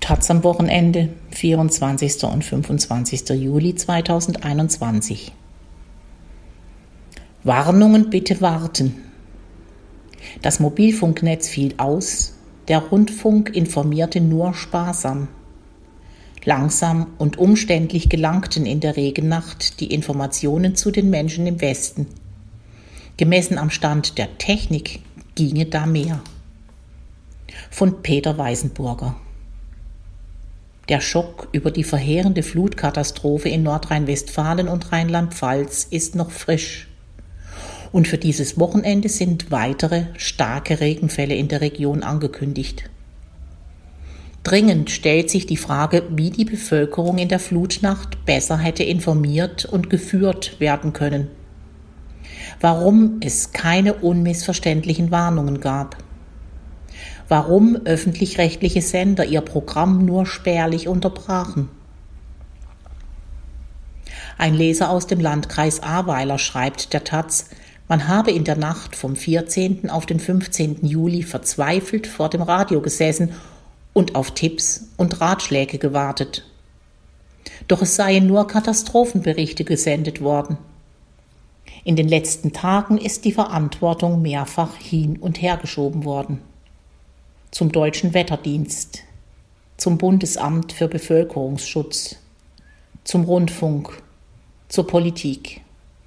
Taz am Wochenende, 24. und 25. Juli 2021. Warnungen bitte warten. Das Mobilfunknetz fiel aus, der Rundfunk informierte nur sparsam. Langsam und umständlich gelangten in der Regennacht die Informationen zu den Menschen im Westen. Gemessen am Stand der Technik ginge da mehr. Von Peter Weißenburger. Der Schock über die verheerende Flutkatastrophe in Nordrhein-Westfalen und Rheinland-Pfalz ist noch frisch. Und für dieses Wochenende sind weitere starke Regenfälle in der Region angekündigt. Dringend stellt sich die Frage, wie die Bevölkerung in der Flutnacht besser hätte informiert und geführt werden können. Warum es keine unmissverständlichen Warnungen gab. Warum öffentlich-rechtliche Sender ihr Programm nur spärlich unterbrachen. Ein Leser aus dem Landkreis Ahrweiler schreibt der Taz, man habe in der Nacht vom 14. auf den 15. Juli verzweifelt vor dem Radio gesessen und auf Tipps und Ratschläge gewartet. Doch es seien nur Katastrophenberichte gesendet worden. In den letzten Tagen ist die Verantwortung mehrfach hin und her geschoben worden. Zum Deutschen Wetterdienst, zum Bundesamt für Bevölkerungsschutz, zum Rundfunk, zur Politik.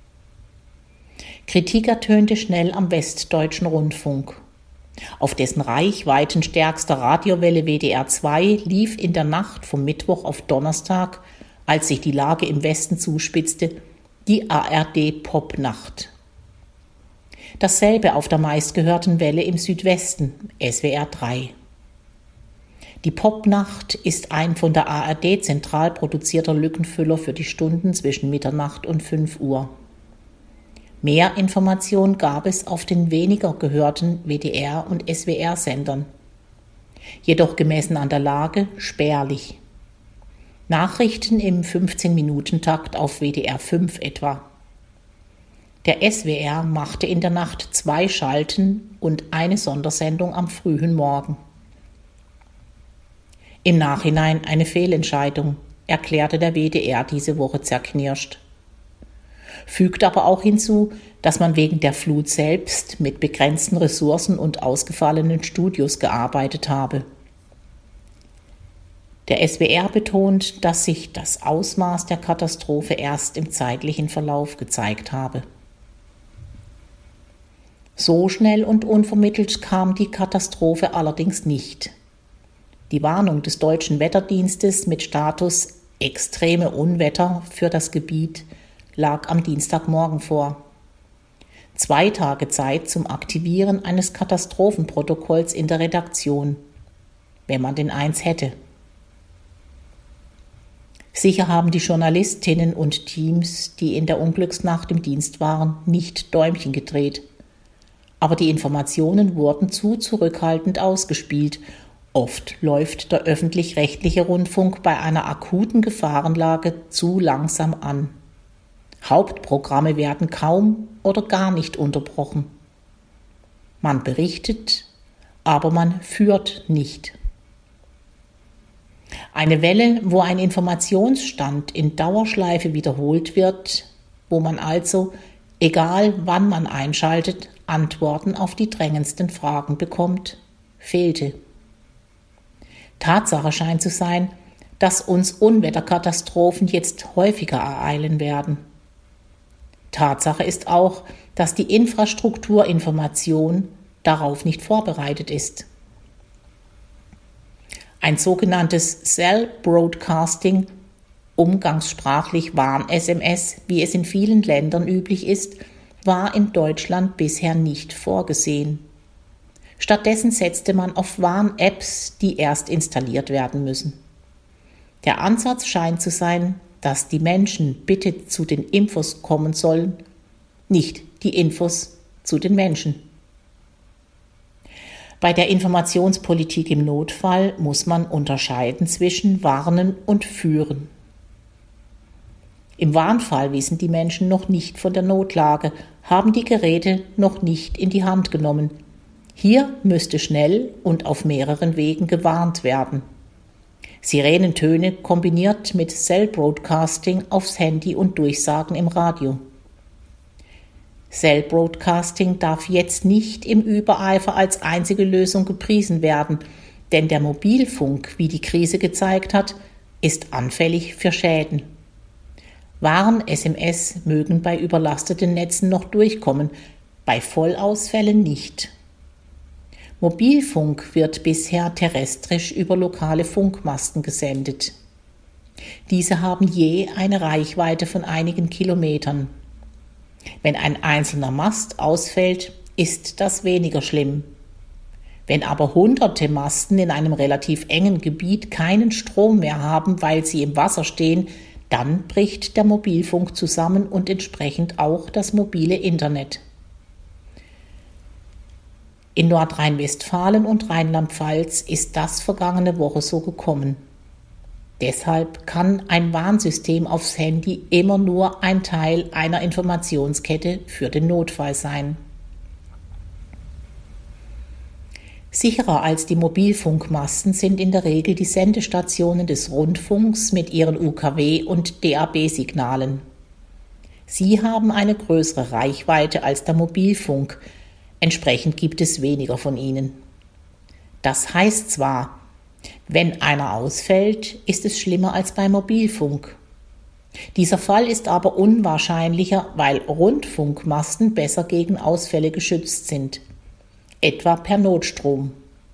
Kritik ertönte schnell am Westdeutschen Rundfunk. Auf dessen reichweitenstärkster Radiowelle WDR 2 lief in der Nacht vom Mittwoch auf Donnerstag, als sich die Lage im Westen zuspitzte, die ARD-Popnacht. Dasselbe auf der meistgehörten Welle im Südwesten, SWR 3. Die Popnacht ist ein von der ARD zentral produzierter Lückenfüller für die Stunden zwischen Mitternacht und 5 Uhr. Mehr Information gab es auf den weniger gehörten WDR- und SWR-Sendern. Jedoch gemessen an der Lage spärlich. Nachrichten im 15-Minuten-Takt auf WDR 5 etwa. Der SWR machte in der Nacht 2 Schalten und eine Sondersendung am frühen Morgen. Im Nachhinein eine Fehlentscheidung, erklärte der WDR diese Woche zerknirscht. Fügt aber auch hinzu, dass man wegen der Flut selbst mit begrenzten Ressourcen und ausgefallenen Studios gearbeitet habe. Der SWR betont, dass sich das Ausmaß der Katastrophe erst im zeitlichen Verlauf gezeigt habe. So schnell und unvermittelt kam die Katastrophe allerdings nicht. Die Warnung des Deutschen Wetterdienstes mit Status extreme Unwetter für das Gebiet lag am Dienstagmorgen vor. 2 Tage Zeit zum Aktivieren eines Katastrophenprotokolls in der Redaktion, wenn man denn eins hätte. Sicher haben die Journalistinnen und Teams, die in der Unglücksnacht im Dienst waren, nicht Däumchen gedreht. Aber die Informationen wurden zu zurückhaltend ausgespielt. Oft läuft der öffentlich-rechtliche Rundfunk bei einer akuten Gefahrenlage zu langsam an. Hauptprogramme werden kaum oder gar nicht unterbrochen. Man berichtet, aber man führt nicht. Eine Welle, wo ein Informationsstand in Dauerschleife wiederholt wird, wo man also, egal wann man einschaltet, Antworten auf die drängendsten Fragen bekommt, fehlte. Tatsache scheint zu sein, dass uns Unwetterkatastrophen jetzt häufiger ereilen werden. Tatsache ist auch, dass die Infrastrukturinformation darauf nicht vorbereitet ist. Ein sogenanntes Cell Broadcasting, umgangssprachlich Warn-SMS, wie es in vielen Ländern üblich ist, war in Deutschland bisher nicht vorgesehen. Stattdessen setzte man auf Warn-Apps, die erst installiert werden müssen. Der Ansatz scheint zu sein, dass die Menschen bitte zu den Infos kommen sollen, nicht die Infos zu den Menschen. Bei der Informationspolitik im Notfall muss man unterscheiden zwischen Warnen und Führen. Im Warnfall wissen die Menschen noch nicht von der Notlage, haben die Geräte noch nicht in die Hand genommen. Hier müsste schnell und auf mehreren Wegen gewarnt werden. Sirenentöne kombiniert mit Cell Broadcasting aufs Handy und Durchsagen im Radio. Cell Broadcasting darf jetzt nicht im Übereifer als einzige Lösung gepriesen werden, denn der Mobilfunk, wie die Krise gezeigt hat, ist anfällig für Schäden. Warn-SMS mögen bei überlasteten Netzen noch durchkommen, bei Vollausfällen nicht. Mobilfunk wird bisher terrestrisch über lokale Funkmasten gesendet. Diese haben je eine Reichweite von einigen Kilometern. Wenn ein einzelner Mast ausfällt, ist das weniger schlimm. Wenn aber hunderte Masten in einem relativ engen Gebiet keinen Strom mehr haben, weil sie im Wasser stehen, dann bricht der Mobilfunk zusammen und entsprechend auch das mobile Internet. In Nordrhein-Westfalen und Rheinland-Pfalz ist das vergangene Woche so gekommen. Deshalb kann ein Warnsystem aufs Handy immer nur ein Teil einer Informationskette für den Notfall sein. Sicherer als die Mobilfunkmasten sind in der Regel die Sendestationen des Rundfunks mit ihren UKW- und DAB-Signalen. Sie haben eine größere Reichweite als der Mobilfunk, entsprechend gibt es weniger von ihnen. Das heißt zwar, wenn einer ausfällt, ist es schlimmer als beim Mobilfunk. Dieser Fall ist aber unwahrscheinlicher, weil Rundfunkmasten besser gegen Ausfälle geschützt sind, etwa per Notstrom.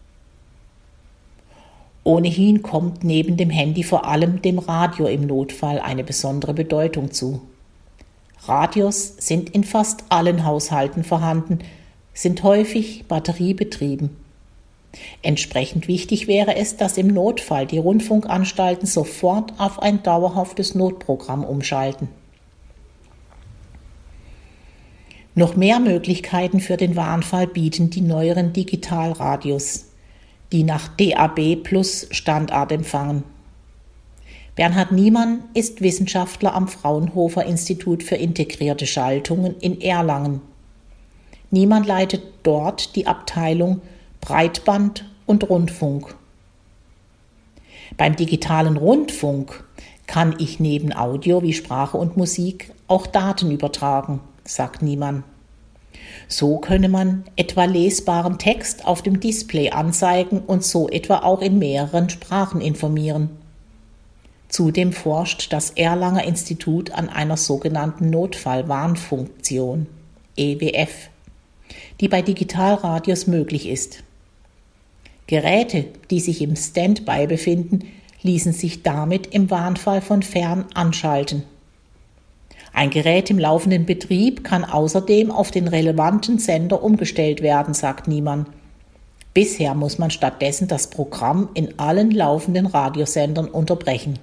Ohnehin kommt neben dem Handy vor allem dem Radio im Notfall eine besondere Bedeutung zu. Radios sind in fast allen Haushalten vorhanden, sind häufig batteriebetrieben. Entsprechend wichtig wäre es, dass im Notfall die Rundfunkanstalten sofort auf ein dauerhaftes Notprogramm umschalten. Noch mehr Möglichkeiten für den Warnfall bieten die neueren Digitalradios, die nach DAB+ Standard empfangen. Bernhard Niemann ist Wissenschaftler am Fraunhofer Institut für integrierte Schaltungen in Erlangen. Niemann leitet dort die Abteilung Breitband und Rundfunk. Beim digitalen Rundfunk kann ich neben Audio wie Sprache und Musik auch Daten übertragen, sagt Niemann. So könne man etwa lesbaren Text auf dem Display anzeigen und so etwa auch in mehreren Sprachen informieren. Zudem forscht das Erlanger Institut an einer sogenannten Notfallwarnfunktion, EWF, die bei Digitalradios möglich ist. Geräte, die sich im Standby befinden, ließen sich damit im Warnfall von fern anschalten. Ein Gerät im laufenden Betrieb kann außerdem auf den relevanten Sender umgestellt werden, sagt Niemann. Bisher muss man stattdessen das Programm in allen laufenden Radiosendern unterbrechen.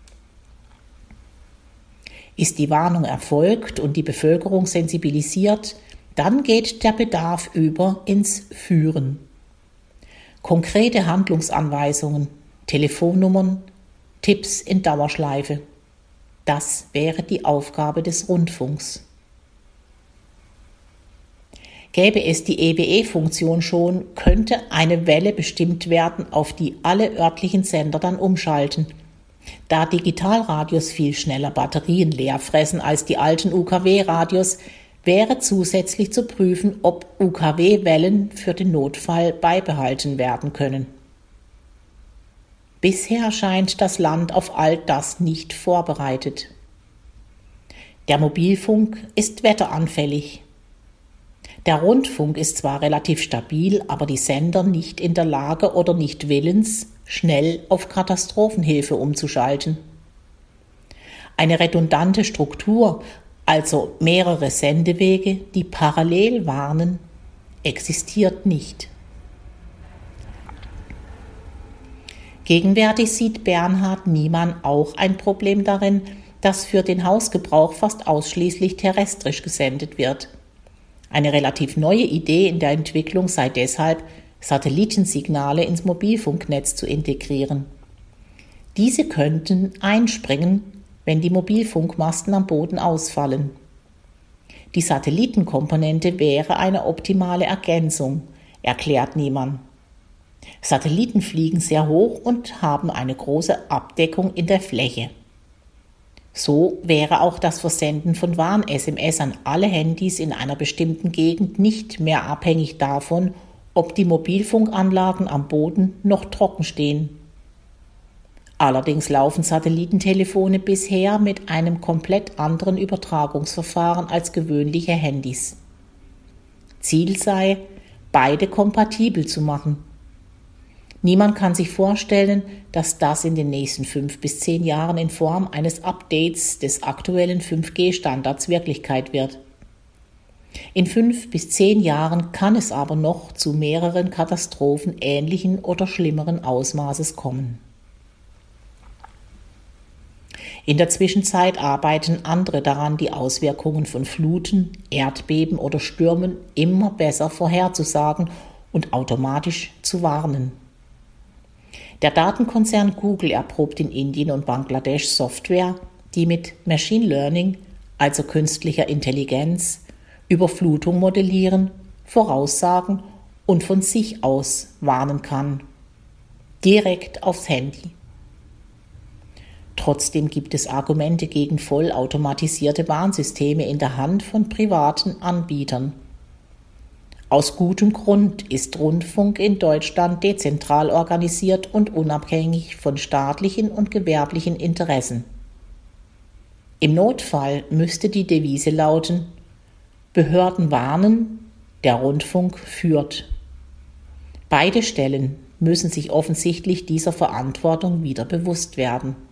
Ist die Warnung erfolgt und die Bevölkerung sensibilisiert, dann geht der Bedarf über ins Führen. Konkrete Handlungsanweisungen, Telefonnummern, Tipps in Dauerschleife. Das wäre die Aufgabe des Rundfunks. Gäbe es die EWE-Funktion schon, könnte eine Welle bestimmt werden, auf die alle örtlichen Sender dann umschalten. Da Digitalradios viel schneller Batterien leer fressen als die alten UKW-Radios, wäre zusätzlich zu prüfen, ob UKW-Wellen für den Notfall beibehalten werden können. Bisher scheint das Land auf all das nicht vorbereitet. Der Mobilfunk ist wetteranfällig. Der Rundfunk ist zwar relativ stabil, aber die Sender nicht in der Lage oder nicht willens, schnell auf Katastrophenhilfe umzuschalten. Eine redundante Struktur, also mehrere Sendewege, die parallel warnen, existiert nicht. Gegenwärtig sieht Bernhard Niemann auch ein Problem darin, dass für den Hausgebrauch fast ausschließlich terrestrisch gesendet wird. Eine relativ neue Idee in der Entwicklung sei deshalb, Satellitensignale ins Mobilfunknetz zu integrieren. Diese könnten einspringen, wenn die Mobilfunkmasten am Boden ausfallen. Die Satellitenkomponente wäre eine optimale Ergänzung, erklärt Niemann. Satelliten fliegen sehr hoch und haben eine große Abdeckung in der Fläche. So wäre auch das Versenden von Warn-SMS an alle Handys in einer bestimmten Gegend nicht mehr abhängig davon, ob die Mobilfunkanlagen am Boden noch trocken stehen. Allerdings laufen Satellitentelefone bisher mit einem komplett anderen Übertragungsverfahren als gewöhnliche Handys. Ziel sei, beide kompatibel zu machen. Niemand kann sich vorstellen, dass das in den nächsten 5 bis 10 Jahren in Form eines Updates des aktuellen 5G-Standards Wirklichkeit wird. In 5 bis 10 Jahren kann es aber noch zu mehreren Katastrophen ähnlichen oder schlimmeren Ausmaßes kommen. In der Zwischenzeit arbeiten andere daran, die Auswirkungen von Fluten, Erdbeben oder Stürmen immer besser vorherzusagen und automatisch zu warnen. Der Datenkonzern Google erprobt in Indien und Bangladesch Software, die mit Machine Learning, also künstlicher Intelligenz, Überflutung modellieren, voraussagen und von sich aus warnen kann. Direkt aufs Handy. Trotzdem gibt es Argumente gegen vollautomatisierte Warnsysteme in der Hand von privaten Anbietern. Aus gutem Grund ist Rundfunk in Deutschland dezentral organisiert und unabhängig von staatlichen und gewerblichen Interessen. Im Notfall müsste die Devise lauten: Behörden warnen, der Rundfunk führt. Beide Stellen müssen sich offensichtlich dieser Verantwortung wieder bewusst werden.